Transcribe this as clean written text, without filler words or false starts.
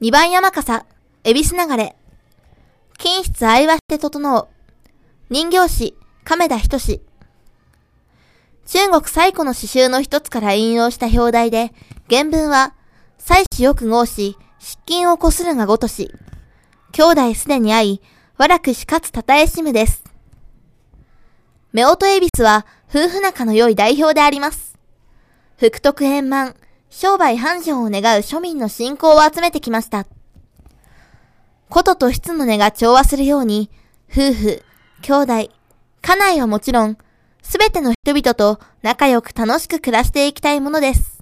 二番山笠、恵比寿流れ。金筆愛話して整う。人形師、亀田仁。中国最古の詩集の一つから引用した表題で、原文は、妻子よく合し、失禁をこするがごとし。兄弟すでに会い、わらくしかつたたえしむです。夫婦恵比寿は、夫婦仲の良い代表であります。福徳円満、商売繁盛を願う庶民の信仰を集めてきました。ことと質の根が調和するように、夫婦、兄弟、家内はもちろん、すべての人々と仲良く楽しく暮らしていきたいものです。